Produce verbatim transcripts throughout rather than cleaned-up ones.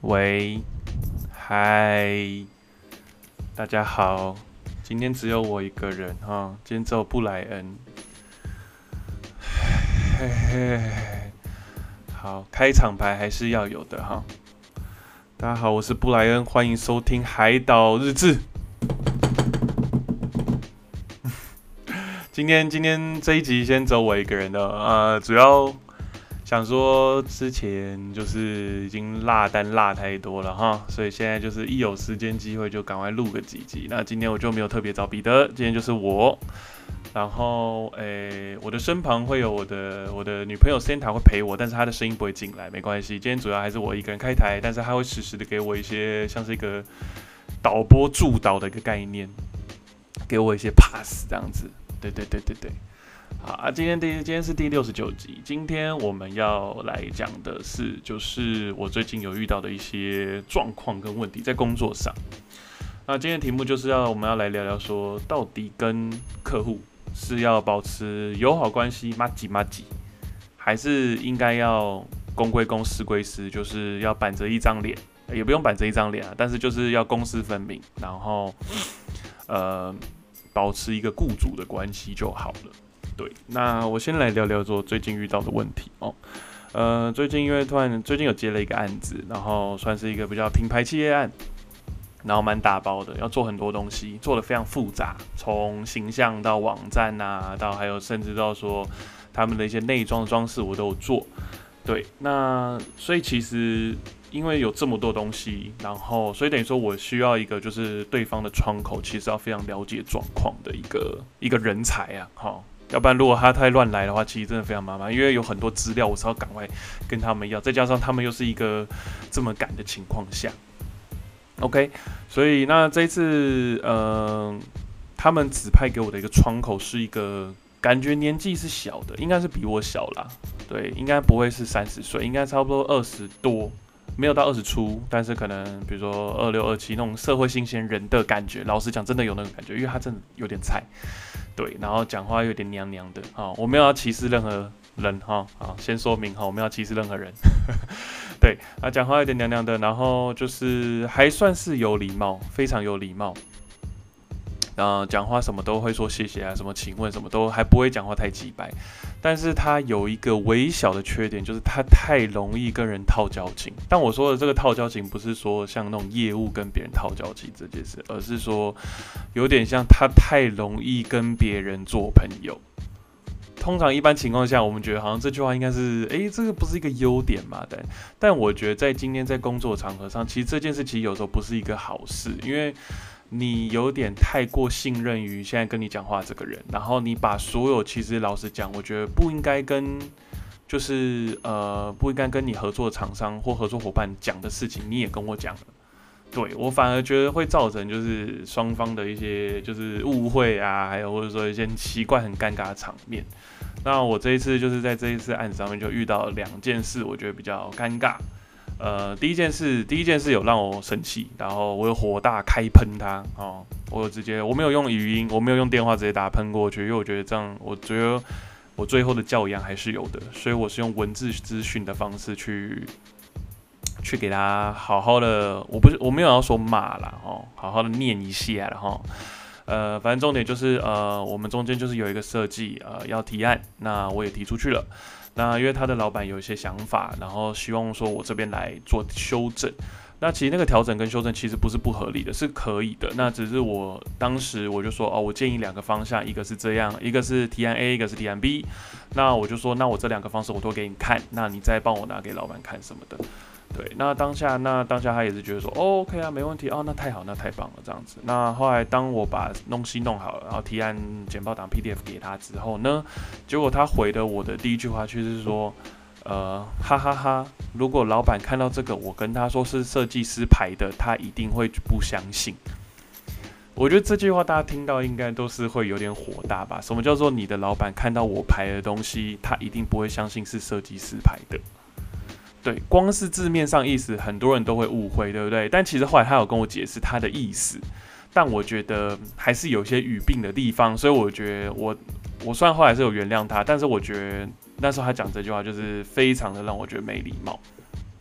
喂，嗨，大家好，今天只有我一个人哈，今天只有布莱恩，嘿嘿，好，开场白还是要有的哈。大家好，我是布莱恩，欢迎收听海岛日志。今天今天这一集先只有我一个人的，呃，主要想说之前就是已经落单落太多了哈，所以现在就是一有时间机会就赶快录个几集。那今天我就没有特别找彼得，今天就是我。然后诶，我的身旁会有我的我的女朋友 Santa 会陪我，但是她的声音不会进来，没关系。今天主要还是我一个人开台，但是她会实时的给我一些像是一个导播助导的一个概念，给我一些 pass 这样子。对对对对对。好啊，今天第今天是第六十九集。今天我们要来讲的是，就是我最近有遇到的一些状况跟问题，在工作上。那今天的题目就是要我们要来聊聊说，到底跟客户是要保持友好关系，麻吉麻吉，还是应该要公归公，私归私，就是要板着一张脸，也不用板着一张脸啊，但是就是要公私分明，然后呃保持一个雇主的关系就好了。对，那我先来聊聊说最近遇到的问题哦。呃，最近因为突然最近有接了一个案子，然后算是一个比较品牌企业案，然后蛮大包的，要做很多东西，做得非常复杂，从形象到网站啊，到还有甚至到说他们的一些内装装饰我都有做。对，那所以其实因为有这么多东西，然后所以等于说我需要一个就是对方的窗口，其实要非常了解状况的一个一个人才啊，哈。要不然，如果他太乱来的话，其实真的非常麻烦，因为有很多资料我是要赶快跟他们要，再加上他们又是一个这么赶的情况下 ，OK， 所以那这一次，嗯、呃，他们指派给我的一个窗口是一个感觉年纪是小的，应该是比我小啦，对，应该不会是三十岁，应该差不多二十多，没有到二十出，但是可能比如说二六二七那种社会新鲜人的感觉，老实讲，真的有那种感觉，因为他真的有点菜。对，然后讲话有点娘娘的，好，我没有要歧视任何人哈，好，先说明哈，我没有要歧视任何人，对，啊，讲话有点娘娘的，然后就是还算是有礼貌，非常有礼貌，呃，讲话什么都会说谢谢啊，什么请问什么都还不会讲话太直白，但是他有一个微小的缺点，就是他太容易跟人套交情。但我说的这个套交情，不是说像那种业务跟别人套交情这件事，而是说有点像他太容易跟别人做朋友。通常一般情况下，我们觉得好像这句话应该是，诶，这个不是一个优点嘛？但但我觉得在今天在工作场合上，其实这件事其实有时候不是一个好事，因为你有点太过信任于现在跟你讲话这个人，然后你把所有其实老实讲，我觉得不应该跟就是呃不应该跟你合作的厂商或合作伙伴讲的事情，你也跟我讲了。对我反而觉得会造成就是双方的一些就是误会啊，还有或者说一些很奇怪、很尴尬的场面。那我这一次就是在这一次案子上面就遇到两件事，我觉得比较尴尬。呃，第一件事，第一件事有让我生气，然后我有火大开喷他哦，我有直接我没有用语音，我没有用电话直接打喷过去，因为我觉得这样，我觉得我最后的教养还是有的，所以我是用文字资讯的方式去去给他好好的，我不是我没有要说骂啦哦，好好的念一下了哈。呃，反正重点就是呃，我们中间就是有一个设计呃要提案，那我也提出去了。那因为他的老板有一些想法，然后希望说我这边来做修正。那其实那个调整跟修正其实不是不合理的，是可以的。那只是我当时我就说哦，我建议两个方向，一个是这样，一个是提案 A， 一个是提案 B。那我就说，那我这两个方式我都给你看，那你再帮我拿给老板看什么的。对，那当下那当下他也是觉得说、哦、，OK 啊，没问题哦，那太好，那太棒了，这样子。那后来当我把东西弄好了，然后提案简报档 P D F 给他之后呢，结果他回的我的第一句话却是说，呃，哈哈哈，如果老板看到这个，我跟他说是设计师排的，他一定会不相信。我觉得这句话大家听到应该都是会有点火大吧？什么叫做你的老板看到我排的东西，他一定不会相信是设计师排的？对，光是字面上意思，很多人都会误会，对不对？但其实后来他有跟我解释他的意思，但我觉得还是有些语病的地方，所以我觉得我我虽然后来是有原谅他，但是我觉得那时候他讲这句话就是非常的让我觉得没礼貌。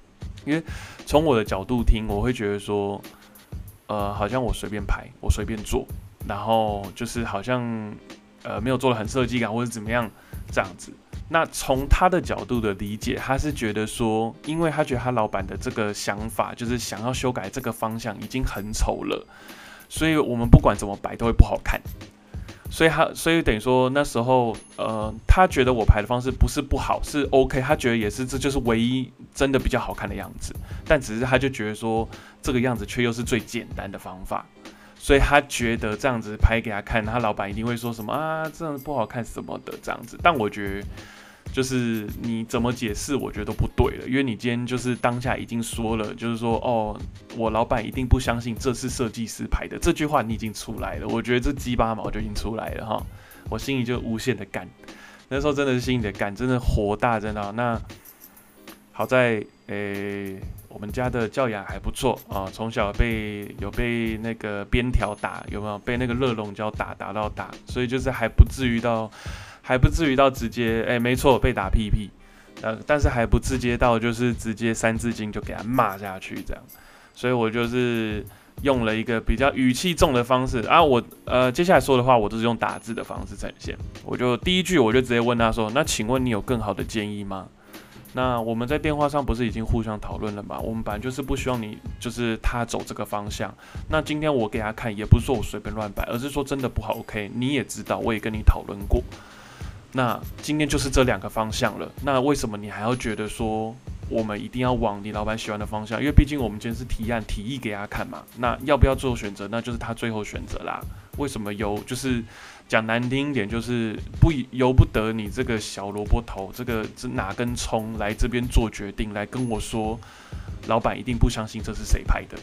因为从我的角度听，我会觉得说，呃，好像我随便排，我随便做，然后就是好像呃没有做的很设计感，或者怎么样这样子。那从他的角度的理解，他是觉得说，因为他觉得他老板的这个想法，就是想要修改这个方向已经很丑了，所以我们不管怎么摆都会不好看。所以他，所以等于说那时候，呃，他觉得我排的方式不是不好，是 OK， 他觉得也是这就是唯一真的比较好看的样子，但只是他就觉得说这个样子却又是最简单的方法。所以他觉得这样子拍给他看，他老板一定会说什么啊，这样不好看什么的这样子。但我觉得，就是你怎么解释，我觉得都不对了，因为你今天就是当下已经说了，就是说哦，我老板一定不相信这是设计师拍的，这句话你已经出来了，我觉得这鸡巴毛就已经出来了哈，我心里就无限的干，那时候真的是心里的干，真的火大，真的、哦。那好在诶。我们家的教养还不错啊，从小被有被那个鞭条打，有没有被那个热熔胶打打到打，所以就是还不至于到，还不至于到直接，哎、欸，没错，被打屁屁，呃，但是还不直接到就是直接三字经就给他骂下去这样，所以我就是用了一个比较语气重的方式啊，我呃接下来说的话我都是用打字的方式呈现，我就第一句我就直接问他说，那请问你有更好的建议吗？那我们在电话上不是已经互相讨论了吗？我们本来就是不希望你就是他走这个方向。那今天我给他看，也不是说我随便乱摆，而是说真的不好 OK。你也知道，我也跟你讨论过。那今天就是这两个方向了。那为什么你还要觉得说我们一定要往你老板喜欢的方向？因为毕竟我们今天是提案提议给他看嘛。那要不要做选择，那就是他最后选择啦。为什么由就是讲难听一点，就是不由不得你这个小萝卜头，这个这哪根葱来这边做决定，来跟我说，老板一定不相信这是谁拍的。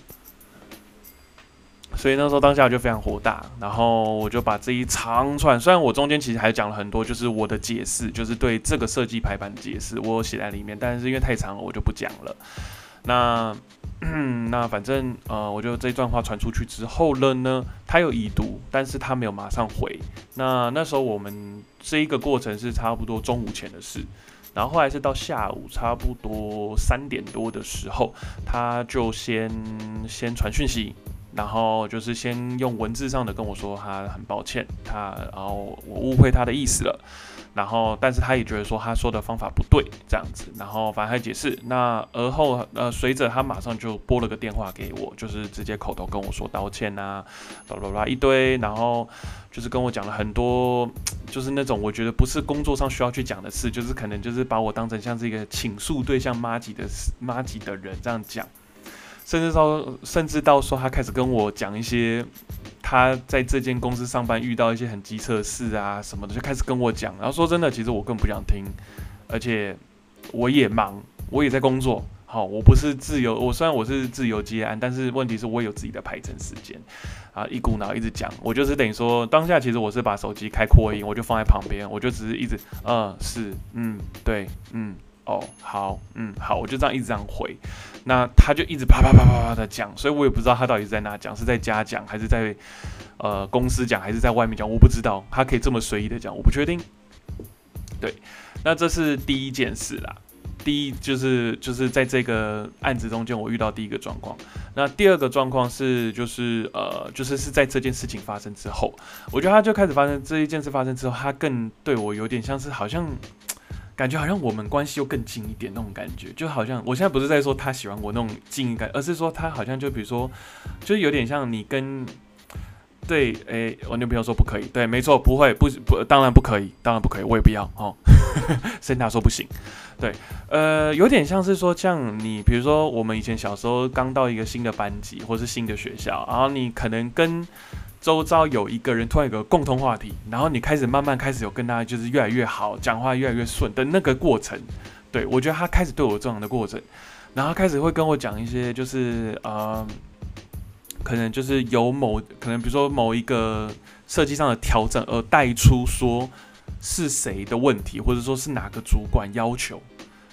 所以那时候当下我就非常火大，然后我就把这一长串，虽然我中间其实还讲了很多，就是我的解释，就是对这个设计排版的解释，我有写在里面，但是因为太长了，我就不讲了。那那反正呃，我就这一段话传出去之后了呢，他有已读，但是他没有马上回。那那时候我们这一个过程是差不多中午前的事，然后后来是到下午差不多三点多的时候，他就先先传讯息。然后就是先用文字上的跟我说他很抱歉，他然后我误会他的意思了，然后但是他也觉得说他说的方法不对这样子，然后反正还解释。那而后呃随着他马上就拨了个电话给我，就是直接口头跟我说道歉啊，巴拉巴拉一堆，然后就是跟我讲了很多，就是那种我觉得不是工作上需要去讲的事，就是可能就是把我当成像是一个倾诉对象妈吉的妈吉的人这样讲。甚至到甚至到说他开始跟我讲一些他在这间公司上班遇到一些很机车的事啊什么的，就开始跟我讲。然后说真的，其实我更不想听，而且我也忙，我也在工作。好，我不是自由，我虽然我是自由接案，但是问题是我有自己的排程时间啊，一股脑一直讲。我就是等于说当下其实我是把手机开扩音，我就放在旁边，我就只是一直嗯是嗯对嗯。哦，好，嗯，好，我就这样一直这样回，那他就一直啪啪啪啪啪的讲，所以我也不知道他到底是在哪讲，是在家讲，还是在呃公司讲，还是在外面讲，我不知道，他可以这么随意的讲，我不确定。对，那这是第一件事啦，第一就是就是在这个案子中间我遇到第一个状况，那第二个状况是就是呃就是是在这件事情发生之后，我觉得他就开始发生这一件事发生之后，他更对我有点像是好像。感觉好像我们关系又更近一点那种感觉，就好像我现在不是在说他喜欢我那种近感，而是说他好像就比如说，就有点像你跟对诶，我女朋友说不可以，对，没错，不会不不，当然不可以，当然不可以，我也不要哦。森达说不行，对，呃，有点像是说，像你比如说我们以前小时候刚到一个新的班级或是新的学校，然后你可能跟周遭有一个人突然有个共同话题，然后你开始慢慢开始有跟他就是越来越好，讲话越来越顺的那个过程。对，我觉得他开始对我这样的过程，然后开始会跟我讲一些就是呃，可能就是有某可能比如说某一个设计上的调整而带出说是谁的问题，或者说是哪个主管要求。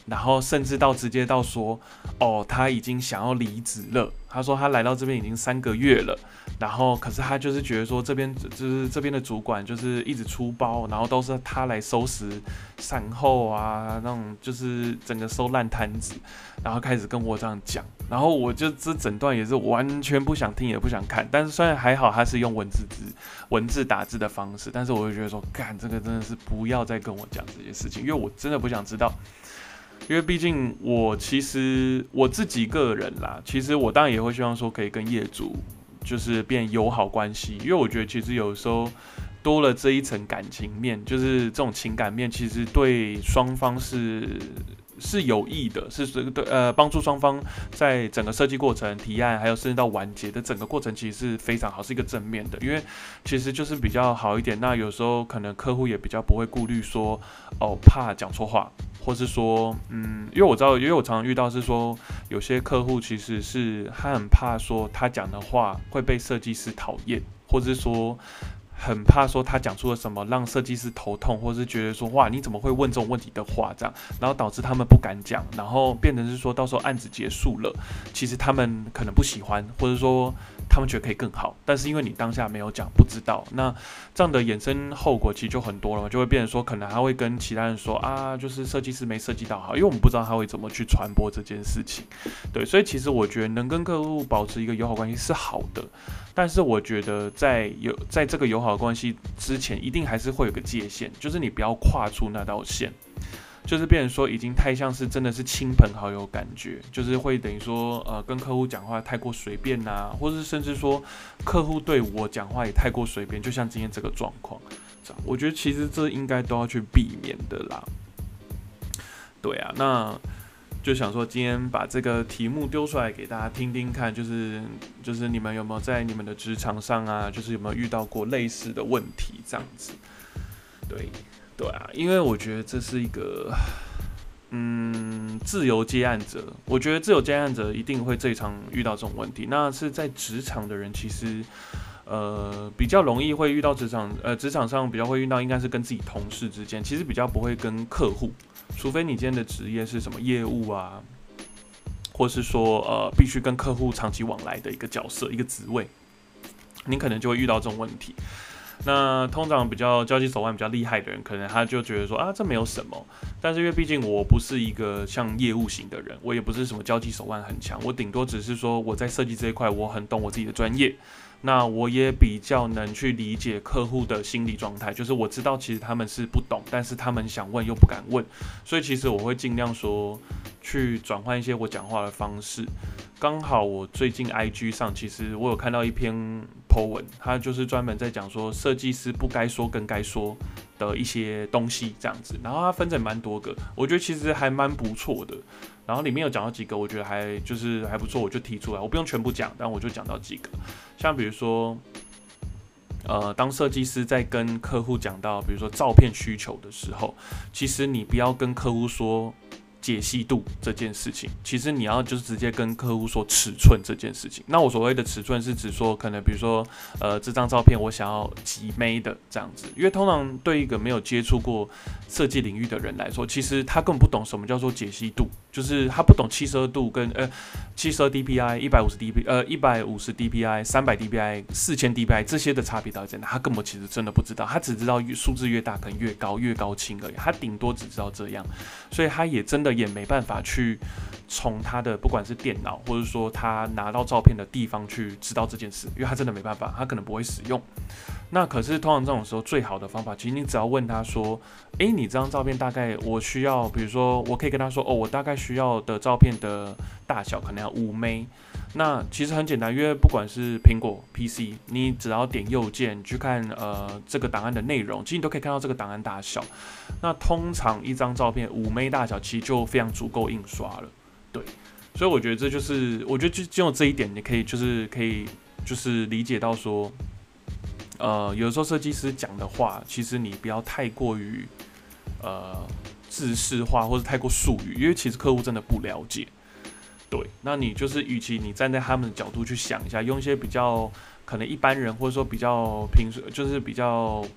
然后甚至到直接到说，哦，他已经想要离职了。他说他来到这边已经三个月了，然后可是他就是觉得说这边就是这边的主管就是一直出包，然后都是他来收拾善后啊，那种就是整个收烂摊子，然后开始跟我这样讲，然后我就这整段也是完全不想听也不想看，但是虽然还好他是用文字字文字打字的方式，但是我就觉得说，干这个真的是不要再跟我讲这些事情，因为我真的不想知道。因为毕竟我其实我自己个人啦，其实我当然也会希望说可以跟业主就是变友好关系，因为我觉得其实有时候多了这一层感情面，就是这种情感面，其实对双方是是有益的，是对呃帮助双方在整个设计过程、提案，还有甚至到完结的整个过程，其实是非常好，是一个正面的，因为其实就是比较好一点。那有时候可能客户也比较不会顾虑说，哦，怕讲错话。或是说，嗯，因为我知道，因为我常常遇到是说，有些客户其实是他很怕说他讲的话会被设计师讨厌，或者是说很怕说他讲出了什么让设计师头痛，或是觉得说哇你怎么会问这种问题的话这样，然后导致他们不敢讲，然后变成是说到时候案子结束了，其实他们可能不喜欢，或者说他们觉得可以更好，但是因为你当下没有讲，不知道，那这样的衍生后果其实就很多了嘛，就会变成说可能他会跟其他人说啊，就是设计师没设计到好，因为我们不知道他会怎么去传播这件事情，对，所以其实我觉得能跟客户保持一个友好关系是好的，但是我觉得在有在这个友好关系之前，一定还是会有个界限，就是你不要跨出那道线。就是变成说已经太像是真的是亲朋好友感觉，就是会等于说呃跟客户讲话太过随便啊，或是甚至说客户对我讲话也太过随便，就像今天这个状况，我觉得其实这应该都要去避免的啦。对啊，那就想说今天把这个题目丢出来给大家听听看，就是就是你们有没有在你们的职场上啊，就是有没有遇到过类似的问题这样子？对。对啊，因为我觉得这是一个，嗯，自由接案者，我觉得自由接案者一定会最常遇到这种问题。那是在职场的人，其实，呃，比较容易会遇到职场，呃，职场上比较会遇到，应该是跟自己同事之间，其实比较不会跟客户，除非你今天的职业是什么业务啊，或是说呃必须跟客户长期往来的一个角色、一个职位，你可能就会遇到这种问题。那通常比较交际手腕比较厉害的人，可能他就觉得说啊，这没有什么。但是因为毕竟我不是一个像业务型的人，我也不是什么交际手腕很强，我顶多只是说我在设计这一块，我很懂我自己的专业。那我也比较能去理解客户的心理状态，就是我知道其实他们是不懂，但是他们想问又不敢问，所以其实我会尽量说去转换一些我讲话的方式。刚好我最近 I G 上，其实我有看到一篇 po 文，它就是专门在讲说设计师不该说跟该说的一些东西这样子，然后它分成蛮多个，我觉得其实还蛮不错的。然后里面有讲到几个，我觉得还就是还不错，我就提出来，我不用全部讲，但我就讲到几个，像比如说，呃，当设计师在跟客户讲到，比如说照片需求的时候，其实你不要跟客户说解析度这件事情，其实你要就是直接跟客户说尺寸这件事情。那我所谓的尺寸是指说，可能比如说，呃，这张照片我想要几枚的这样子，因为通常对一个没有接触过设计领域的人来说，其实他根本不懂什么叫做解析度，就是他不懂七十二度跟呃七十二 D P I、一百五十 D P 呃一百五十 D P I、三百 D P I、四千 D P I 这些的差别到底在哪？他根本其实真的不知道，他只知道数字越大可能越高，越高清而已，他顶多只知道这样，所以他也真的也没办法去从他的不管是电脑或者说他拿到照片的地方去知道这件事，因为他真的没办法，他可能不会使用。那可是通常这种时候最好的方法，其实你只要问他说，诶，你这张照片大概我需要，比如说我可以跟他说，哦，我大概需要的照片的大小可能要五枚。那其实很简单，因为不管是苹果 P C， 你只要点右键去看呃这个档案的内容，其实你都可以看到这个档案大小。那通常一张照片五枚大小，其实就非常足够印刷了。对，所以我觉得这就是，我觉得就只有这一点，你可以就是可以就是理解到说，呃，有的时候设计师讲的话，其实你不要太过于呃制式化或者太过术语，因为其实客户真的不了解。对，那你就是，与其你站在他们的角度去想一下，用一些比较可能一般人或者说比较平，就是比较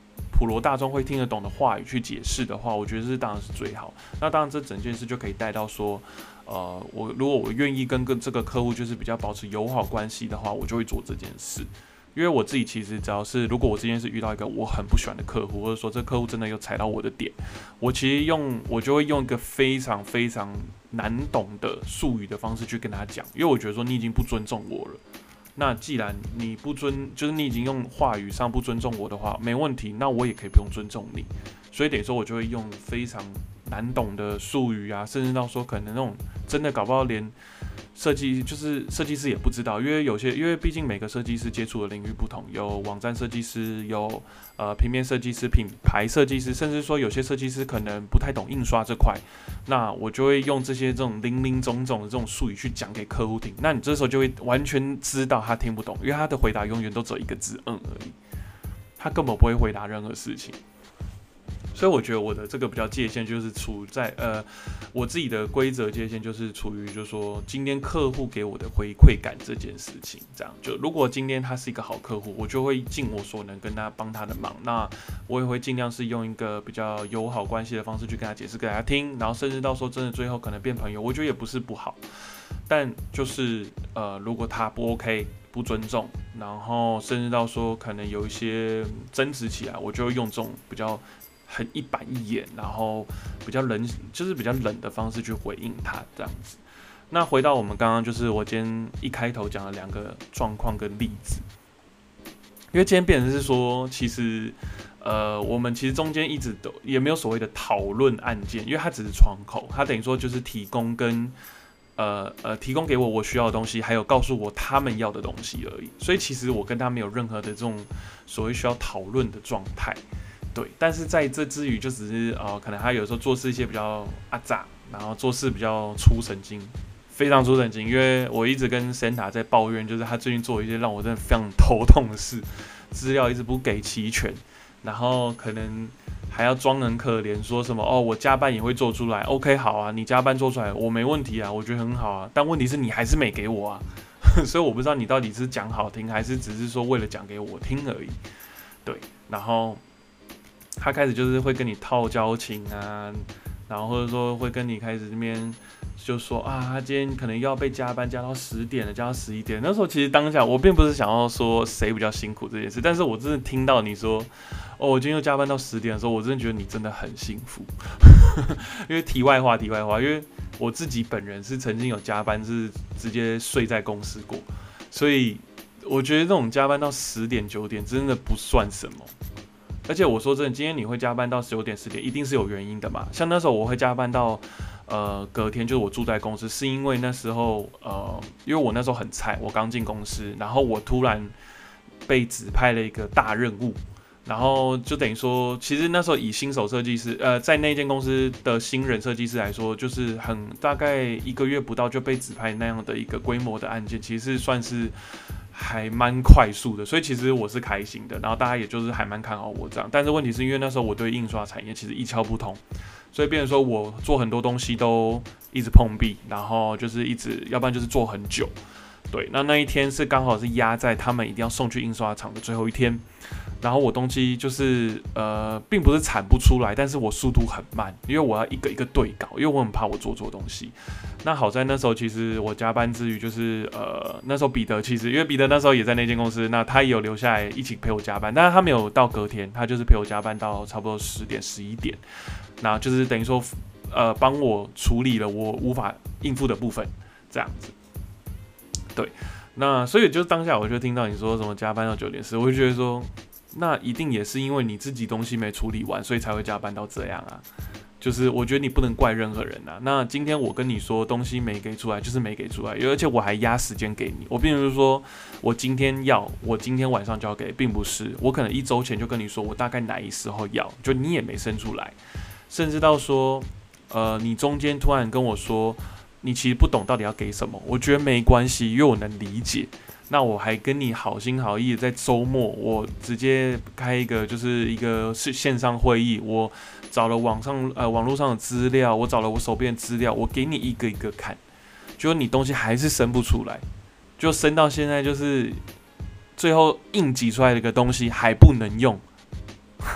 普罗大众会听得懂的话语去解释的话，我觉得这当然是最好。那当然这整件事就可以带到说，呃，我如果我愿意跟跟这个客户就是比较保持友好关系的话，我就会做这件事。因为我自己其实只要是，如果我之前是遇到一个我很不喜欢的客户，或者说这客户真的有踩到我的点，我其实用我就会用一个非常非常难懂的术语的方式去跟他讲，因为我觉得说你已经不尊重我了。那既然你不尊，就是你已经用话语上不尊重我的话，没问题，那我也可以不用尊重你。所以等于说我就会用非常难懂的术语啊，甚至到说可能那种真的搞不好连设计就是设计师也不知道，因为有些因为毕竟每个设计师接触的领域不同，有网站设计师，有呃平面设计师、品牌设计师，甚至说有些设计师可能不太懂印刷这块，那我就会用这些这种零零总总的这种术语去讲给客户听，那你这时候就会完全知道他听不懂，因为他的回答永远都只有一个字嗯而已，他根本不会回答任何事情。所以我觉得我的这个比较界限就是处在呃我自己的规则界限就是处于就是说今天客户给我的回馈感这件事情，这样就如果今天他是一个好客户，我就会尽我所能跟他帮他的忙，那我也会尽量是用一个比较友好关系的方式去跟他解释给他听，然后甚至到说真的最后可能变朋友，我觉得也不是不好，但就是呃如果他不 OK 不尊重，然后甚至到说可能有一些争执起来，我就会用这种比较很一板一眼，然后比较冷，就是比较冷的方式去回应他这样子。那回到我们刚刚，就是我今天一开头讲的两个状况跟例子，因为今天变成是说，其实呃，我们其实中间一直都也没有所谓的讨论案件，因为它只是窗口，它等于说就是提供跟呃呃提供给我我需要的东西，还有告诉我他们要的东西而已。所以其实我跟他没有任何的这种所谓需要讨论的状态。对，但是在这之余，就只是呃，可能他有时候做事一些比较阿杂，然后做事比较出神经，非常出神经。因为我一直跟 Santa 在抱怨，就是他最近做一些让我真的非常头痛的事，资料一直不给齐全，然后可能还要装人可怜，说什么哦，我加班也会做出来 ，OK 好啊，你加班做出来，我没问题啊，我觉得很好啊。但问题是你还是没给我啊，所以我不知道你到底是讲好听，还是只是说为了讲给我听而已。对，然后。他开始就是会跟你套交情啊，然后或者说会跟你开始这边就说啊，他今天可能要被加班加到十点了，加到十一点。那时候其实当下我并不是想要说谁比较辛苦这件事，但是我真的听到你说哦，我今天又加班到十点的时候，我真的觉得你真的很幸福。因为题外话，题外话，因为我自己本人是曾经有加班是直接睡在公司过，所以我觉得这种加班到十点九点真的不算什么。而且我说真的，今天你会加班到九点十点，一定是有原因的嘛。像那时候我会加班到，呃，隔天就是我住在公司，是因为那时候呃，因为我那时候很菜，我刚进公司，然后我突然被指派了一个大任务，然后就等于说，其实那时候以新手设计师，呃，在那间公司的新人设计师来说，就是很大概一个月不到就被指派那样的一个规模的案件，其实算是。还蛮快速的，所以其实我是开心的，然后大家也就是还蛮看好我这样。但是问题是因为那时候我对印刷产业其实一窍不通，所以变成说我做很多东西都一直碰壁，然后就是一直，要不然就是做很久。对，那那一天是刚好是压在他们一定要送去印刷厂的最后一天，然后我东西就是呃，并不是产不出来，但是我速度很慢，因为我要一个一个对稿，因为我很怕我做错东西。那好在那时候其实我加班之余，就是呃那时候彼得其实因为彼得那时候也在那间公司，那他也有留下来一起陪我加班，但是他没有到隔天，他就是陪我加班到差不多十点十一点，那就是等于说呃帮我处理了我无法应付的部分，这样子。对，那所以就是当下我就听到你说什么加班到九点十，我就觉得说，那一定也是因为你自己东西没处理完，所以才会加班到这样啊。就是我觉得你不能怪任何人啊。那今天我跟你说东西没给出来，就是没给出来，而且我还压时间给你。我并不是说我今天要，我今天晚上就要给，并不是。我可能一周前就跟你说，我大概哪一时候要，就你也没生出来，甚至到说，呃，你中间突然跟我说。你其实不懂到底要给什么，我觉得没关系，因为我能理解。那我还跟你好心好意，在周末我直接开一个就是一个线上会议，我找了网上呃网络上的资料，我找了我手边的资料，我给你一个一个看，结果你东西还是生不出来，就生到现在就是最后硬挤出来的一个东西还不能用。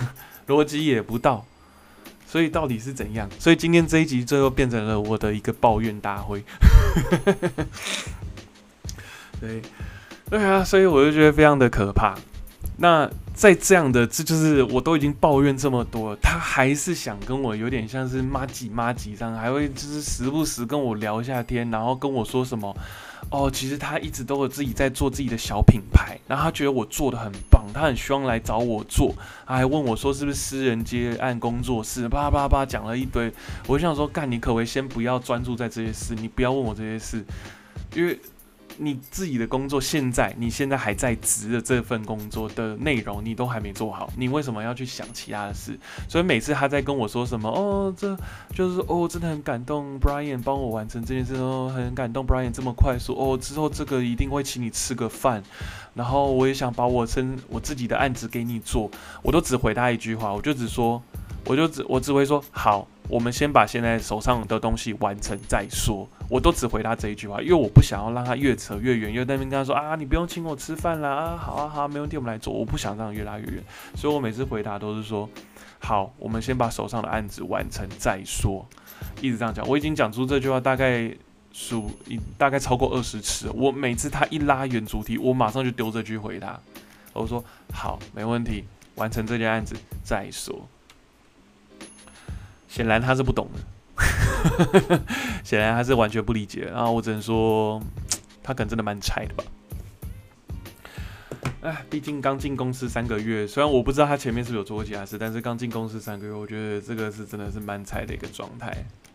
逻辑也不到，所以到底是怎样？所以今天这一集最后变成了我的一个抱怨大会。对，对啊，所以我就觉得非常的可怕。那在这样的，这就是我都已经抱怨这么多了，他还是想跟我有点像是妈吉妈吉这样，还会就是时不时跟我聊一下天，然后跟我说什么，哦，其实他一直都有自己在做自己的小品牌，然后他觉得我做的很棒，他很希望来找我做，他还问我说是不是私人接案工作室，叭叭叭讲了一堆，我就想说，干，你可不可以先不要专注在这些事，你不要问我这些事，因为你自己的工作，现在你现在还在职的这份工作的内容，你都还没做好，你为什么要去想其他的事？所以每次他在跟我说什么，哦，这就是哦，真的很感动 ，Brian 帮我完成这件事哦，很感动 ，Brian 这么快速哦，之后这个一定会请你吃个饭，然后我也想把我身我自己的案子给你做，我都只回他一句话，我就只说，我就只我只会说好。我们先把现在手上的东西完成再说，我都只回他这一句话，因为我不想要让他越扯越远，因为那边跟他说啊，你不用请我吃饭啦，啊，好啊好啊，没问题，我们来做，我不想让他越拉越远，所以我每次回答都是说，好，我们先把手上的案子完成再说，一直这样讲，我已经讲出这句话大概数大概超过二十次，我每次他一拉远主题，我马上就丢这句回答，我说好，没问题，完成这件案子再说。显然他是不懂的，显然他是完全不理解。然后我只能说，他可能真的蛮菜的吧。哎，毕竟刚进公司三个月，虽然我不知道他前面是不是有做过其他事，但是刚进公司三个月，我觉得这个是真的是蛮菜的一个状态。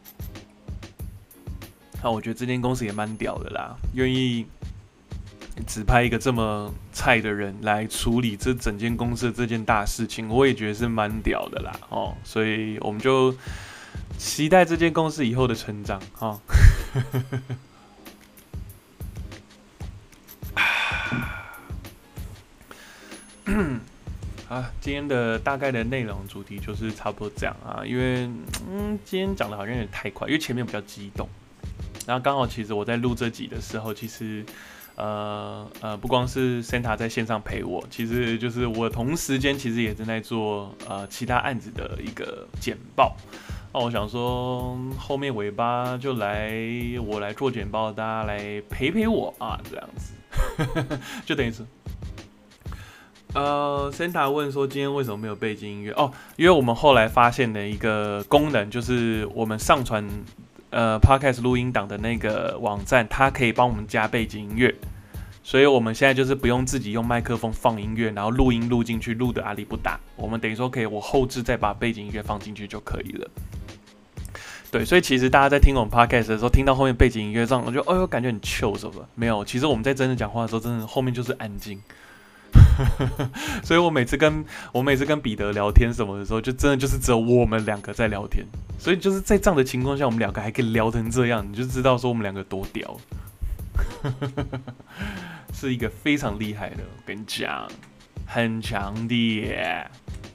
那我觉得这间公司也蛮屌的啦，愿意指派一个这么菜的人来处理这整间公司的这件大事情，我也觉得是蛮屌的啦，哦，所以我们就期待这间公司以后的成长，哦。啊，今天的大概的内容主题就是差不多这样啊，因为嗯，今天讲的好像有点太快，因为前面比较激动，然后刚好其实我在录这集的时候，其实。呃呃，不光是 Santa 在线上陪我，其实就是我同时间其实也正在做呃其他案子的一个简报。那我想说，后面尾巴就来我来做简报，大家来陪陪我啊，这样子，就等于是。呃 ，Santa 问说今天为什么没有背景音乐？哦，因为我们后来发现的一个功能，就是我们上传。呃 ，Podcast 录音档的那个网站，它可以帮我们加背景音乐，所以我们现在就是不用自己用麦克风放音乐，然后录音录进去，录的阿里不打，我们等于说可以，我后置再把背景音乐放进去就可以了。对，所以其实大家在听我们 Podcast 的时候，听到后面背景音乐这样，我就哎呦感觉很 chill 什么？没有，其实我们在真的讲话的时候，真的后面就是安静。所以我每次跟我每次跟彼得聊天什么的时候，就真的就是只有我们两个在聊天。所以就是在这样的情况下，我们两个还可以聊成这样，你就知道说我们两个多屌，是一个非常厉害的，我跟你讲，很强的耶。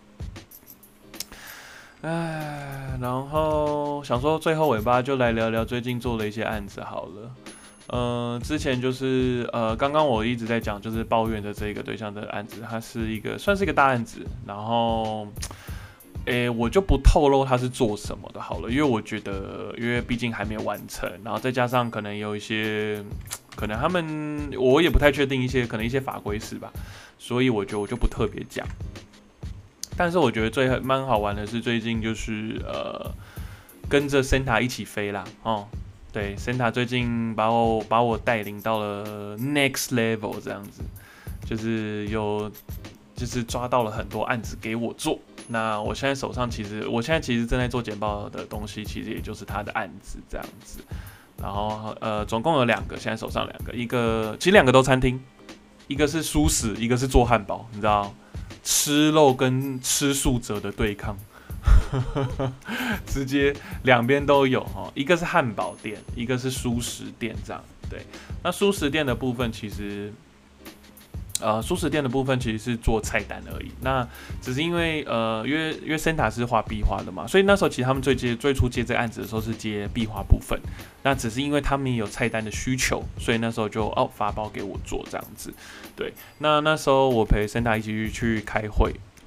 哎，然后想说最后尾巴就来聊聊最近做的一些案子好了。呃，之前就是呃，刚刚我一直在讲，就是抱怨的这个对象的案子，它是一个算是一个大案子，然后，诶，我就不透露它是做什么的好了，因为我觉得，因为毕竟还没有完成，然后再加上可能有一些，可能他们我也不太确定一些，可能一些法规事吧，所以我觉得我就不特别讲。但是我觉得最蛮好玩的是最近就是呃，跟着 Santa 一起飞啦，哦。对 ，Santa 最近把我把我带领到了 next level 这样子，就是有就是抓到了很多案子给我做。那我现在手上其实我现在其实正在做简报的东西，其实也就是他的案子这样子。然后呃，总共有两个，现在手上两个，一个其实两个都餐厅，一个是蔬食，一个是做汉堡，你知道，吃肉跟吃素者的对抗。直接两边都有哈，一个是汉堡店，一个是蔬食店，这样对。那蔬食店的部分其实，呃，蔬食店的部分其实是做菜单而已。那只是因为呃，因为因为 Santa 是画壁画的嘛，所以那时候其实他们最接最初接这个案子的时候是接壁画部分。那只是因为他们也有菜单的需求，所以那时候就哦发包给我做这样子。对，那那时候我陪 Santa 一起去去开会。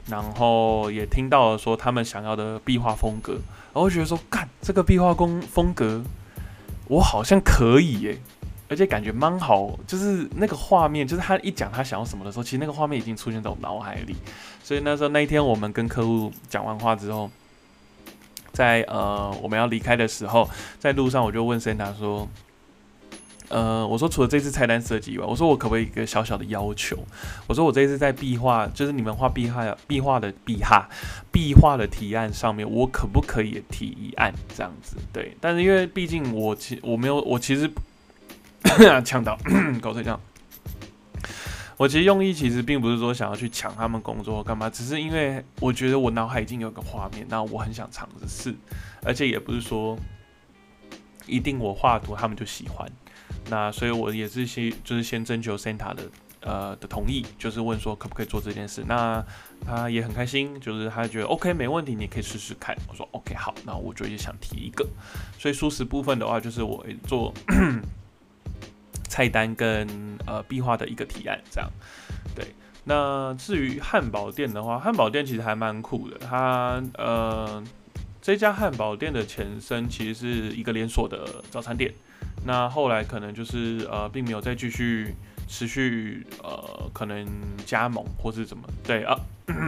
然后也听到了说他们想要的壁画风格，然后觉得说，干这个壁画工风格，我好像可以耶，而且感觉蛮好，就是那个画面，就是他一讲他想要什么的时候，其实那个画面已经出现在我脑海里。所以那时候那一天我们跟客户讲完话之后，在呃我们要离开的时候，在路上我就问 Santa 说。呃，我说除了这次菜单设计以外，我说我可不可以一个小小的要求？我说我这次在壁画，就是你们画壁画、壁画的壁画、壁画的提案上面，我可不可以也提一案这样子？对，但是因为毕竟我其我没有，我其实呛到口水呛。我其实用意其实并不是说想要去抢他们工作或干嘛，只是因为我觉得我脑海已经有个画面，那我很想尝试，而且也不是说一定我画图他们就喜欢。那所以，我也是先就是先征求 Santa 的呃的同意，就是问说可不可以做这件事。那他也很开心，就是他觉得 OK 没问题，你可以试试看。我说 OK 好，那我就也想提一个。所以素食部分的话，就是我做菜单跟呃壁画的一个提案，这样。对。那至于汉堡店的话，汉堡店其实还蛮酷的，它呃这家汉堡店的前身其实是一个连锁的早餐店。那后来可能就是呃，并没有再继续持续呃，可能加盟或是怎么对啊？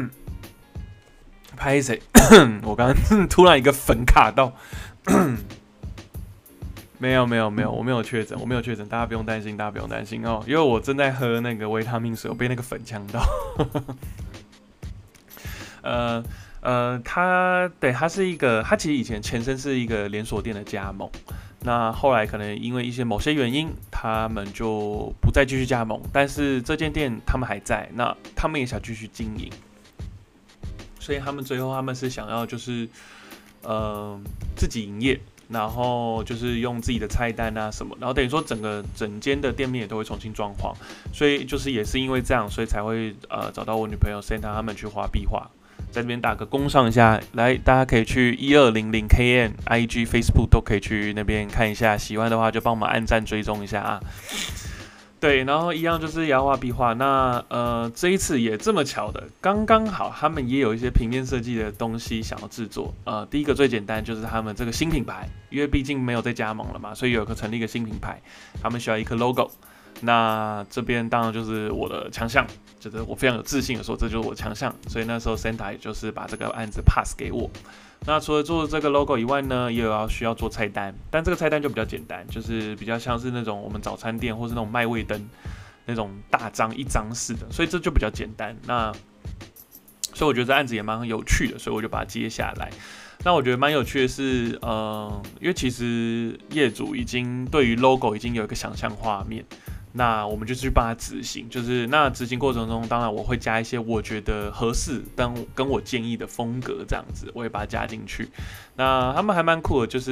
拍谁？我刚刚突然一个粉卡到，没有没有没有，我没有确诊，我没有确诊，大家不用担心，大家不用担心哦，因为我正在喝那个维他命水，我被那个粉呛到。呃呃，它对它是一个，它其实以前前身是一个连锁店的加盟。那后来可能因为一些某些原因，他们就不再继续加盟，但是这间店他们还在，那他们也想继续经营，所以他们最后他们是想要就是呃自己营业，然后就是用自己的菜单啊什么，然后等于说整个整间的店面也都会重新装潢，所以就是也是因为这样，所以才会呃找到我女朋友 Santa 他们去画壁画。在这边打个工上一下，来，大家可以去一二零零 K N I G Facebook 都可以去那边看一下，喜欢的话就帮我们按赞追踪一下啊。对，然后一样就是也要画壁画，那呃这一次也这么巧的，刚刚好他们也有一些平面设计的东西想要制作。呃，第一个最简单就是他们这个新品牌，因为毕竟没有在加盟了嘛，所以有个成立一个新品牌，他们需要一颗 logo。那这边当然就是我的强项，就是我非常有自信的说这就是我的强项，所以那时候 Santa 也就是把这个案子 pass 给我。那除了做这个 logo 以外呢，也有要需要做菜单，但这个菜单就比较简单，就是比较像是那种我们早餐店或是那种卖味灯那种大张一张式的，所以这就比较简单。那所以我觉得这案子也蛮有趣的，所以我就把它接下来。那我觉得蛮有趣的是，呃，因为其实业主已经对于 logo 已经有一个想象画面。那我们就去帮他执行，就是那执行过程中，当然我会加一些我觉得合适，但跟我建议的风格这样子，我也把它加进去。那他们还蛮酷的，就是，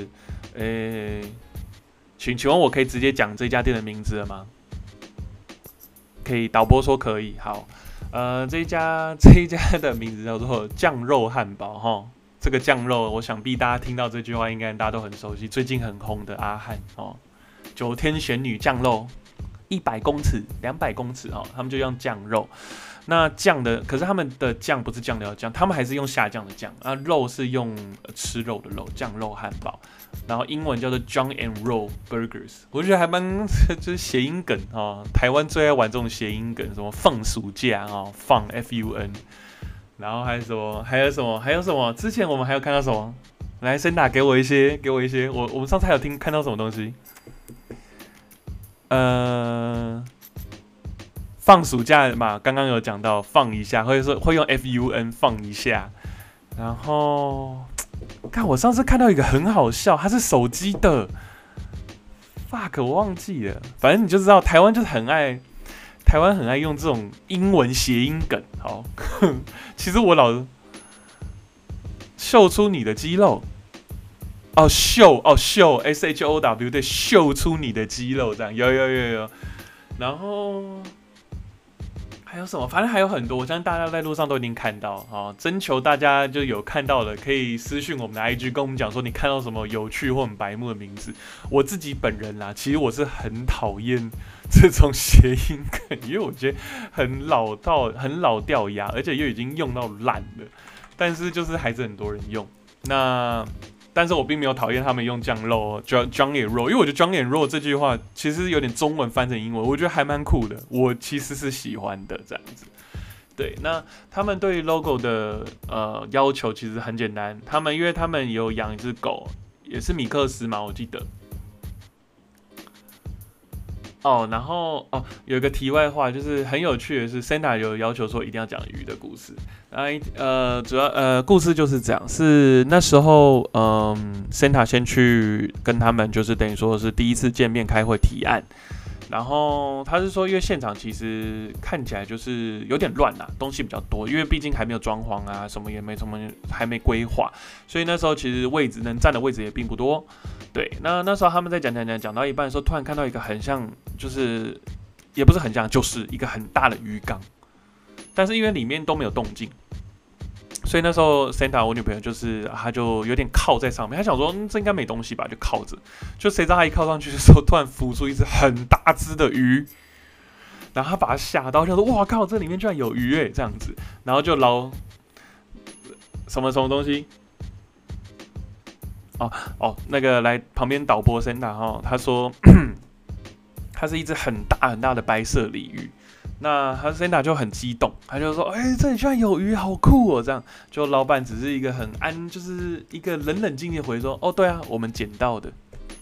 呃、欸，请请问我可以直接讲这家店的名字了吗？可以，导播说可以。好，呃，这一家这一家的名字叫做酱肉汉堡哈。这个酱肉，我想必大家听到这句话，应该大家都很熟悉，最近很红的阿汉哦，九天玄女酱肉。一百公尺、两百公尺哦，他们就用酱肉。那酱的，可是他们的酱不是酱料酱，他们还是用下酱的酱啊。肉是用、呃、吃肉的肉，酱肉汉堡。然后英文叫做 John and Roll Burgers， 我觉得还蛮就是谐音梗哦。台湾最爱玩这种谐音梗，什么放暑假哦，放 F U N， 然后还有什么，还有什么，还有什么？之前我们还有看到什么？来，Santa给我一些，给我一些。我我们上次还有听看到什么东西？呃，放暑假嘛，刚刚有讲到放一下，或者说会用 F U N 放一下。然后，看我上次看到一个很好笑，它是手机的 ，fuck 我忘记了，反正你就知道台湾就是很爱，台湾很爱用这种英文谐音梗。好，其实我老秀出你的肌肉。哦，秀哦秀 ，S H O W 对，秀出你的肌肉这样，有有有有。然后还有什么？反正还有很多，我相信大家在路上都已经看到哦。征求大家就有看到的，可以私讯我们的 I G， 跟我们讲说你看到什么有趣或很白目的名字。我自己本人啦，其实我是很讨厌这种谐音梗，因为我觉得很老到很老掉牙，而且又已经用到烂了。但是就是还是很多人用。那但是我并没有讨厌他们用酱肉 ，Junk and Roll， 因为我觉得 Junk and Roll 这句话其实有点中文翻成英文，我觉得还蛮酷的，我其实是喜欢的这样子。对，那他们对于 logo 的呃要求其实很简单，他们因为他们有养一只狗，也是米克斯嘛，我记得。哦，然后哦，有一个题外话，就是很有趣的是 ，Santa 有要求说一定要讲鱼的故事。呃，主要呃故事就是这样，是那时候嗯 ，Santa 先去跟他们，就是等于说是第一次见面开会提案。然后他是说，因为现场其实看起来就是有点乱啦，东西比较多，因为毕竟还没有装潢啊，什么也没什么，还没规划，所以那时候其实位置能站的位置也并不多。对，那那时候他们在讲讲讲讲到一半的时候，突然看到一个很像，就是也不是很像，就是一个很大的鱼缸，但是因为里面都没有动静。所以那时候 Santa 我女朋友就是她就有点靠在上面，她想说、嗯、这应该没东西吧，就靠着。就谁知道她一靠上去的时候，突然浮出一只很大只的鱼，然后她把她吓到，想说哇靠，这里面居然有鱼哎、欸，这样子，然后就捞什么什么东西。哦哦，那个来旁边导播 Santa 哈，他说它是一只很大很大的白色鲤鱼。那他 Santa 就很激动，他就说：“哎、欸，这里居然有鱼，好酷哦！”这样，就老板只是一个很安，就是一个冷冷静静回说：“哦，对啊，我们捡到的。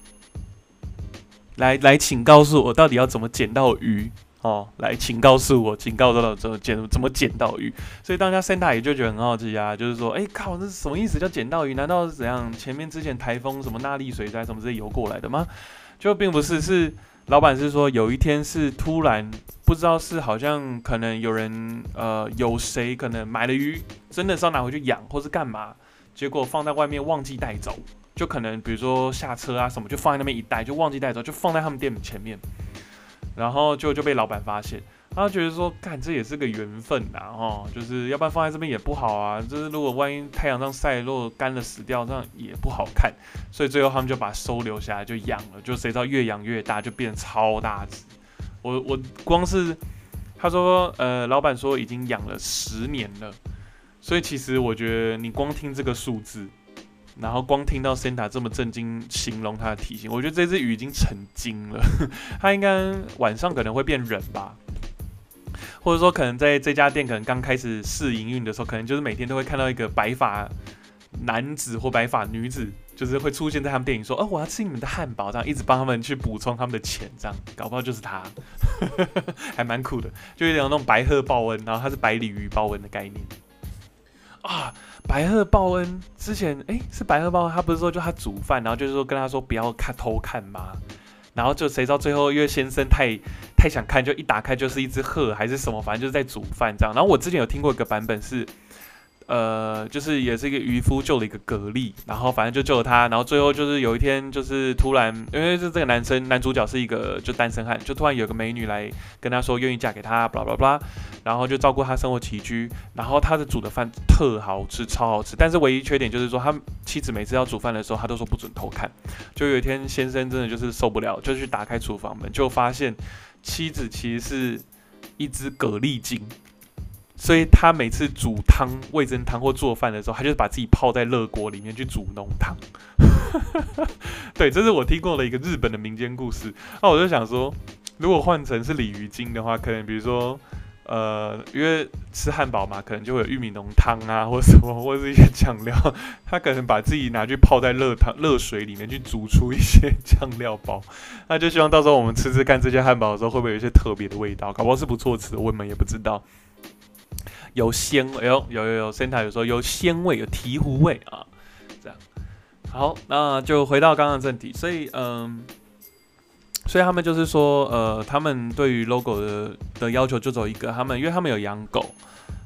来来，请告诉我到底要怎么捡到鱼哦！来，请告诉我，请告诉我怎么捡怎么捡到鱼。”所以当家 Santa 也就觉得很好奇啊，就是说：“哎、欸，靠，这是什么意思？叫捡到鱼？难道是怎样？前面之前台风什么纳利水灾什么之类游过来的吗？”就并不是，是老板是说有一天是突然。不知道是好像可能有人呃有谁可能买了鱼，真的是要拿回去养或是干嘛，结果放在外面忘记带走，就可能比如说下车啊什么，就放在那边一带就忘记带走，就放在他们店前面，然后就就被老板发现，他觉得说干这也是个缘分啊，哦，就是要不然放在这边也不好啊，就是如果万一太阳上晒，如果干了死掉，这样也不好看，所以最后他们就把它收留下来就养了，就谁知道越养越大，就变成超大只。我我光是他说呃，老板说已经养了十年了，所以其实我觉得你光听这个数字，然后光听到 Santa 这么震惊形容它的体型，我觉得这只鱼已经成精了，它应该晚上可能会变人吧，或者说可能在这家店可能刚开始试营运的时候，可能就是每天都会看到一个白发男子或白发女子。就是会出现在他们店里说，哦，我要吃你们的汉堡，这样一直帮他们去补充他们的钱，这样搞不好就是他，还蛮酷的，就有点那种白鹤报恩，然后他是白鲤鱼报恩的概念啊。白鹤报恩之前，哎、欸，是白鹤报恩，他不是说就他煮饭，然后就是说跟他说不要看偷看吗？然后就谁知道最后因为先生太太想看，就一打开就是一只鹤还是什么，反正就是在煮饭这样。然后我之前有听过一个版本是。呃，就是也是一个渔夫救了一个蛤蜊，然后反正就救了他，然后最后就是有一天就是突然，因为是这个男生男主角是一个就单身汉，就突然有个美女来跟他说愿意嫁给他，巴拉巴拉，然后就照顾他生活起居，然后他的煮的饭特好吃，超好吃，但是唯一缺点就是说他妻子每次要煮饭的时候，他都说不准偷看，就有一天先生真的就是受不了，就去打开厨房门，就发现妻子其实是一只蛤蜊精。所以他每次煮汤、味噌汤或做饭的时候，他就把自己泡在热锅里面去煮浓汤。对，这是我听过的一个日本的民间故事。那我就想说，如果换成是鲤鱼精的话，可能比如说，呃，因为吃汉堡嘛，可能就会有玉米浓汤啊，或什么，或是一些酱料，他可能把自己拿去泡在热汤、热水里面去煮出一些酱料包。那就希望到时候我们吃吃看这些汉堡的时候，会不会有一些特别的味道？搞不好是不错吃的，我们也不知道。有鲜味，有有有有 ，Santa 有时候有鲜味，有醍醐味啊，这样。好，那就回到刚刚的正题，所以嗯，所以他们就是说，呃，他们对于 logo 的的要求就只有一个，他们因为他们有养狗，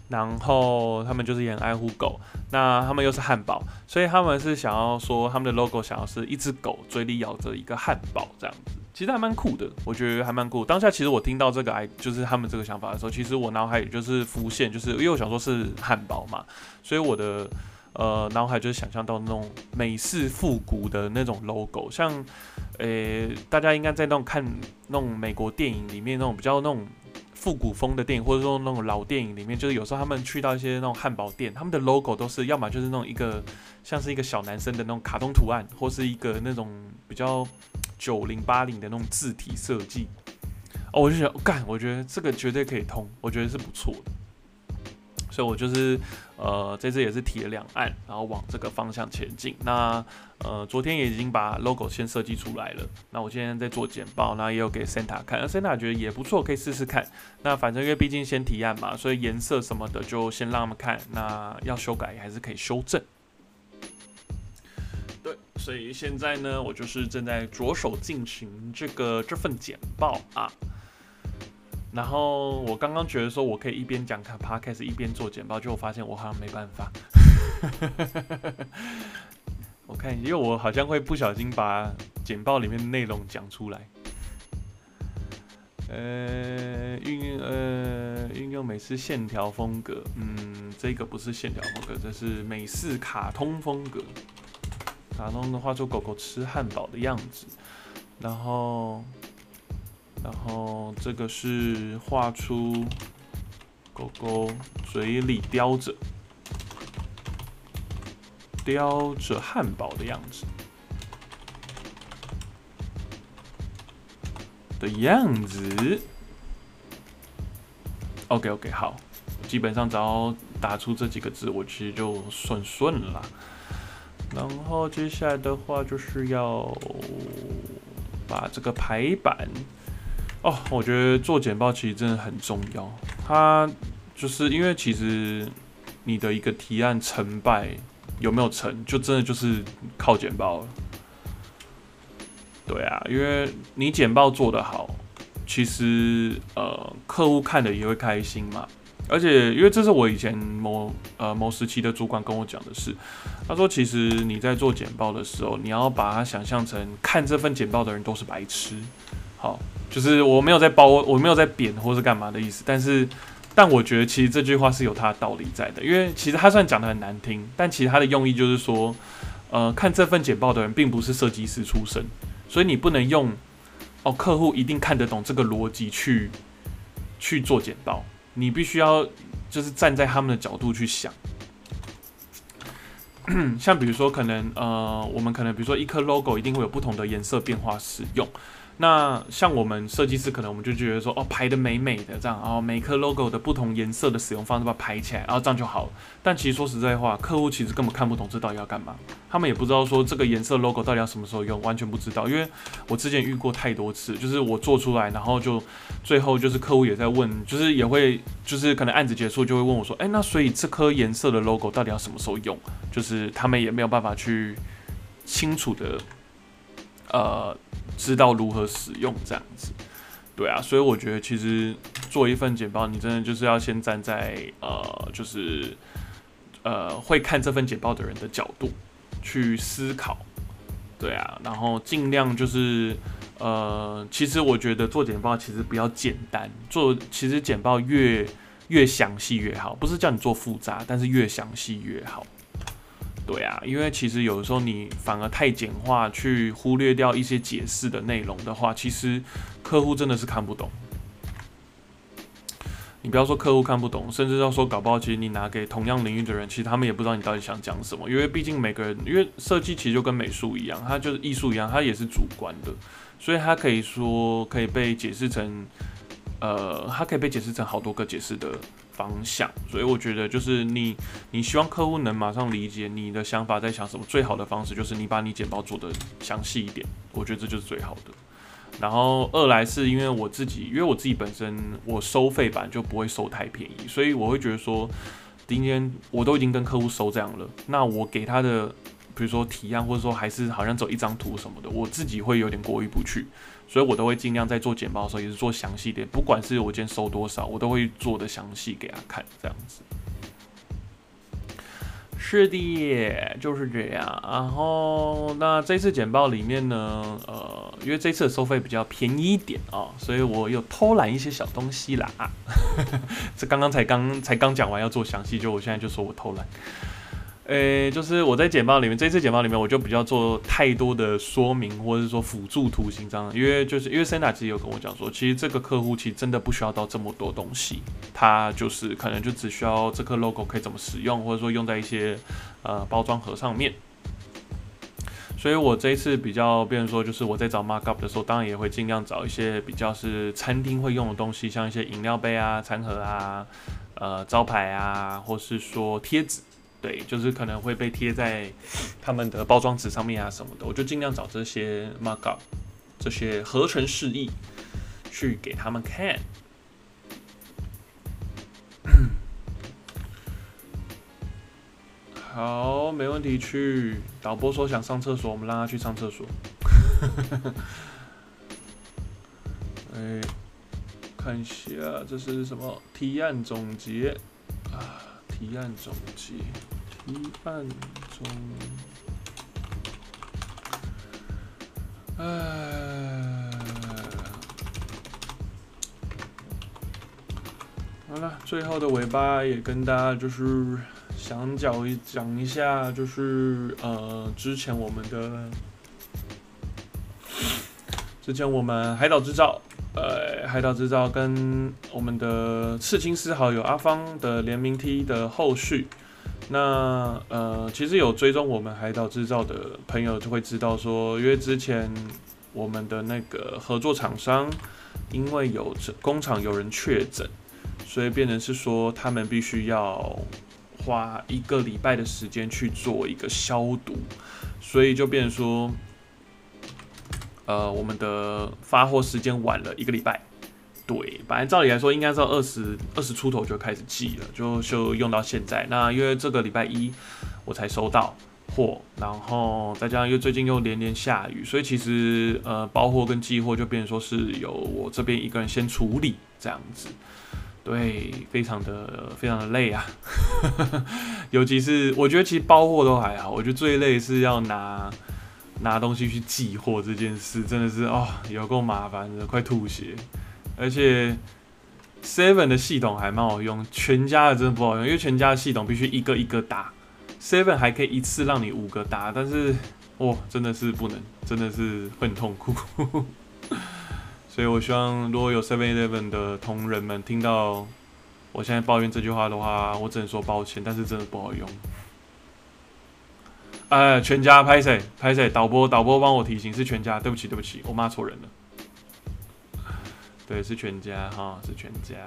然后他们就是也很爱护狗，那他们又是汉堡，所以他们是想要说他们的 logo 想要是一只狗嘴里咬着一个汉堡这样子，其实还蛮酷的，我觉得还蛮酷。当下其实我听到这个就是他们这个想法的时候，其实我脑海里就是浮现，就是因为我想说是汉堡嘛，所以我的呃脑海就是想象到那种美式复古的那种 logo， 像呃大家应该在那种看那种美国电影里面那种比较那种复古风的电影，或者说那种老电影里面，就是有时候他们去到一些那种汉堡店，他们的 logo 都是要么就是那种一个像是一个小男生的那种卡通图案，或是一个那种比较九零八零的那种字体设计。哦，我就想，干，我觉得这个绝对可以通，我觉得是不错的。所以我就是呃这次也是提了两岸，然后往这个方向前进。那呃昨天也已经把 logo 先设计出来了。那我今天在做简报，那也有给 Santa 看，那 Santa 觉得也不错，可以试试看。那反正因为毕竟先提案嘛，所以颜色什么的就先让他们看。那要修改还是可以修正。对，所以现在呢，我就是正在着手进行这个这份简报啊。然后我刚刚觉得说我可以一边讲 podcast 一边做简报，结果我发现我好像没办法。我看，因为我好像会不小心把简报里面的内容讲出来。呃，运呃运用美式线条风格，嗯，这个不是线条风格，这是美式卡通风格。卡通的画出狗狗吃汉堡的样子，然后。然后这个是画出狗狗嘴里叼着叼着汉堡的样子的样子。OK OK 好，基本上只要打出这几个字，我其实就顺顺了啦。然后接下来的话就是要把这个排版。哦，我觉得做简报其实真的很重要。它就是因为其实你的一个提案成败有没有成，就真的就是靠简报了。对啊，因为你简报做得好，其实呃客户看的也会开心嘛。而且因为这是我以前某呃某时期的主管跟我讲的事，他说其实你在做简报的时候，你要把它想象成看这份简报的人都是白痴。好，就是我没有在包，我没有在贬或是干嘛的意思，但是，但我觉得其实这句话是有它的道理在的，因为其实他虽然讲得很难听，但其实他的用意就是说，呃，看这份简报的人并不是设计师出身，所以你不能用哦客户一定看得懂这个逻辑去去做简报，你必须要就是站在他们的角度去想。像比如说，可能呃，我们可能比如说一颗 logo 一定会有不同的颜色变化使用。那像我们设计师，可能我们就觉得说，哦，排得美美的这样，然后每颗 logo 的不同颜色的使用方式把它排起来，然后这样就好了。但其实说实在话，客户其实根本看不懂这到底要干嘛，他们也不知道说这个颜色 logo 到底要什么时候用，完全不知道。因为我之前遇过太多次，就是我做出来，然后就最后就是客户也在问，就是也会就是可能案子结束就会问我说，哎，那所以这颗颜色的 logo 到底要什么时候用？就是他们也没有办法去清楚的。呃，知道如何使用这样子，对啊，所以我觉得其实做一份简报，你真的就是要先站在呃，就是呃会看这份简报的人的角度去思考，对啊，然后尽量就是呃，其实我觉得做简报其实比较简单，做其实简报越越详细越好，不是叫你做复杂，但是越详细越好。对啊，因为其实有的时候你反而太简化，去忽略掉一些解释的内容的话，其实客户真的是看不懂。你不要说客户看不懂，甚至要说搞不好，其实你拿给同样领域的人，其实他们也不知道你到底想讲什么。因为毕竟每个人，因为设计其实就跟美术一样，它就是艺术一样，它也是主观的，所以它可以说可以被解释成，呃，它可以被解释成好多个解释的方向，所以我觉得就是你，你希望客户能马上理解你的想法在想什么，最好的方式就是你把你简报做得详细一点，我觉得这就是最好的。然后二来是因为我自己，因为我自己本身我收费版就不会收太便宜，所以我会觉得说，今天我都已经跟客户收这样了，那我给他的比如说提案，或者说还是好像走一张图什么的，我自己会有点过意不去，所以我都会尽量在做简报的时候也是做详细点，不管是我今天收多少，我都会做的详细给他看，这样子。是的，就是这样。然后，那这次简报里面呢，呃，因为这次的收费比较便宜一点啊、哦，所以我有偷懒一些小东西啦。这刚刚才刚才刚讲完要做详细，就我现在就说我偷懒。呃，就是我在简报里面，这次简报里面我就比较做太多的说明，或者是说辅助图形这样，因为就是因为 Senda 其实有跟我讲说，其实这个客户其实真的不需要到这么多东西，他就是可能就只需要这颗 logo 可以怎么使用，或者说用在一些呃包装盒上面。所以我这一次比较，变成说就是我在找 markup 的时候，当然也会尽量找一些比较是餐厅会用的东西，像一些饮料杯啊、餐盒啊、呃招牌啊，或是说贴纸。对，就是可能会被贴在他们的包装纸上面啊什么的，我就尽量找这些 markup， 这些合成示意去给他们看。好，没问题。去导播说想上厕所，我们让他去上厕所。哎，看一下这是什么提案总结啊？提案总结，提案总，哎，好了，最后的尾巴也跟大家就是想讲一讲一下，就是呃，之前我们的，之前我们海岛制造。呃，海岛制造跟我们的刺青师好友阿芳的联名 T 的后续，那呃，其实有追踪我们海岛制造的朋友就会知道说，因为之前我们的那个合作厂商，因为有工厂有人确诊，所以变成是说他们必须要花一个礼拜的时间去做一个消毒，所以就变成说。呃，我们的发货时间晚了一个礼拜，对，本来照理来说应该是二十二十出头就开始寄了，就就用到现在。那因为这个礼拜一我才收到货，然后再加上因为最近又连连下雨，所以其实呃包货跟寄货就变成说是由我这边一个人先处理这样子。对，非常的非常的累啊，尤其是我觉得其实包货都还好，我觉得最累是要拿。拿东西去寄货这件事真的是哦，有够麻烦的，快吐血。而且 Seven 的系统还蛮好用，全家的真的不好用，因为全家的系统必须一个一个打 ，Seven 还可以一次让你五个打，但是哦，真的是不能，真的是会很痛苦。所以我希望如果有 Seven Eleven 的同仁们听到我现在抱怨这句话的话，我只能说抱歉，但是真的不好用。呃，全家拍谁拍谁，导播导播帮我提醒是全家，对不起对不起，我骂错人了。对，是全家哈，是全家。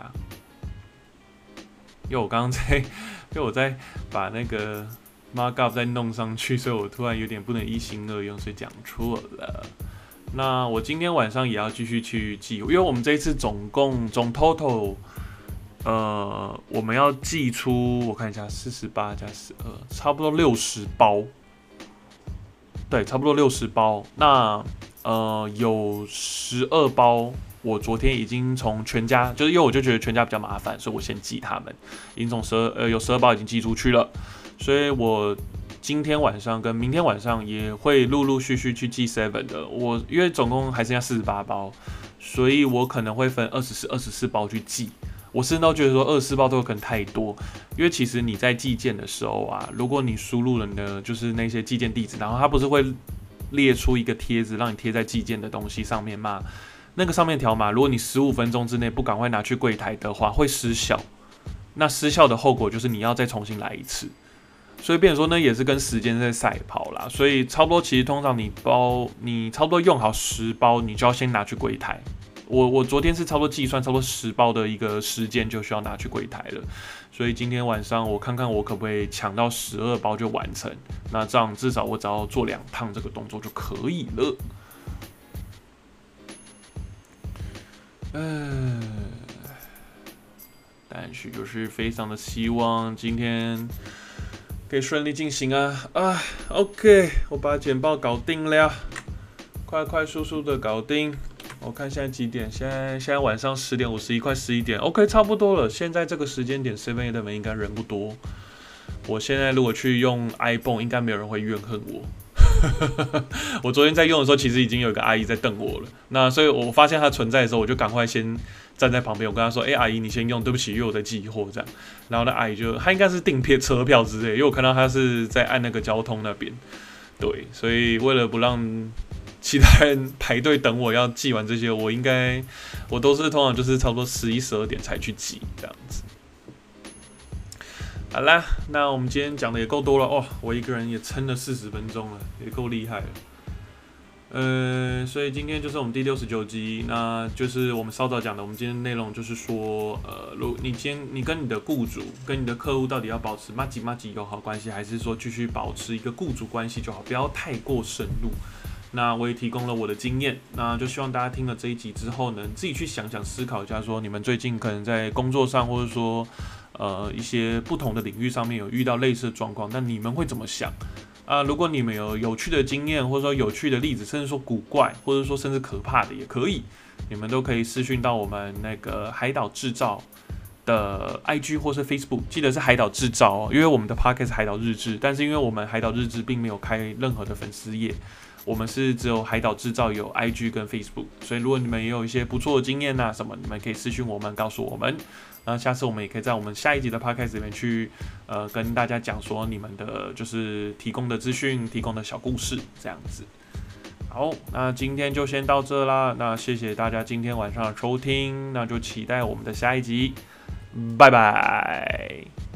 因为我刚刚在，因为我在把那个 markup 再弄上去，所以我突然有点不能一心二用，所以讲错了。那我今天晚上也要继续去寄，因为我们这一次总共总 total。呃，我们要寄出，我看一下，四十八加十二，差不多六十包。对，差不多六十包。那呃，有十二包，我昨天已经从全家，就是因为我就觉得全家比较麻烦，所以我先寄他们，已经从十二呃有十二包已经寄出去了，所以我今天晚上跟明天晚上也会陆陆续续去寄 seven 的。我因为总共还剩下四十八包，所以我可能会分二十四、二十四包去寄。我甚至都觉得说二十四包都有可能太多，因为其实你在寄件的时候啊，如果你输入了呢，就是那些寄件地址，然后它不是会列出一个贴纸让你贴在寄件的东西上面吗？那个上面条码，如果你十五分钟之内不赶快拿去柜台的话，会失效。那失效的后果就是你要再重新来一次。所以变成说呢，也是跟时间在赛跑啦。所以差不多，其实通常你包你差不多用好十包，你就要先拿去柜台。我我昨天是差不多计算差不多十包的一个时间就需要拿去柜台了，所以今天晚上我看看我可不可以抢到十二包就完成，那这样至少我只要做两趟这个动作就可以了。嗯，但是就是非常的希望今天可以顺利进行啊啊 ！OK， 我把简报搞定了，快快速速的搞定。我看现在几点？现在现在晚上十点五十一，快十一点。OK， 差不多了。现在这个时间点 ，seven eleven 应该人不多。我现在如果去用 iPhone， 应该没有人会怨恨我。我昨天在用的时候，其实已经有一个阿姨在瞪我了。那所以我发现她存在的时候，我就赶快先站在旁边，我跟她说：“哎、欸，阿姨，你先用，对不起，因为我在寄货这样。”然后那阿姨就，她应该是订票车票之类，因为我看到她是在按那个交通那边。对，所以为了不让其他人排队等我要寄完这些，我应该我都是通常就是差不多十一十二点才去寄这样子。好啦，那我们今天讲的也够多了哦，我一个人也撑了四十分钟了，也够厉害了。呃，所以今天就是我们第六十九集，那就是我们稍早讲的，我们今天内容就是说，呃，如你今天你跟你的雇主、跟你的客户到底要保持麻吉麻吉友好关系，还是说继续保持一个雇主关系就好，不要太过深入。那我也提供了我的经验，那就希望大家听了这一集之后呢，自己去想想、思考一下，说你们最近可能在工作上，或者说呃一些不同的领域上面有遇到类似的状况，那你们会怎么想？啊，如果你们有有趣的经验，或者说有趣的例子，甚至说古怪，或者说甚至可怕的也可以，你们都可以私讯到我们那个海岛制造的 I G 或是 Facebook， 记得是海岛制造哦，因为我们的 Podcast 海岛日志，但是因为我们海岛日志并没有开任何的粉丝页。我们是只有海岛制造有 I G 跟 Facebook， 所以如果你们也有一些不错的经验啊什么，你们可以私讯我们，告诉我们。那下次我们也可以在我们下一集的 Podcast 里面去呃跟大家讲说你们的就是提供的资讯、提供的小故事这样子。好，那今天就先到这啦。那谢谢大家今天晚上的收听，那就期待我们的下一集，拜拜。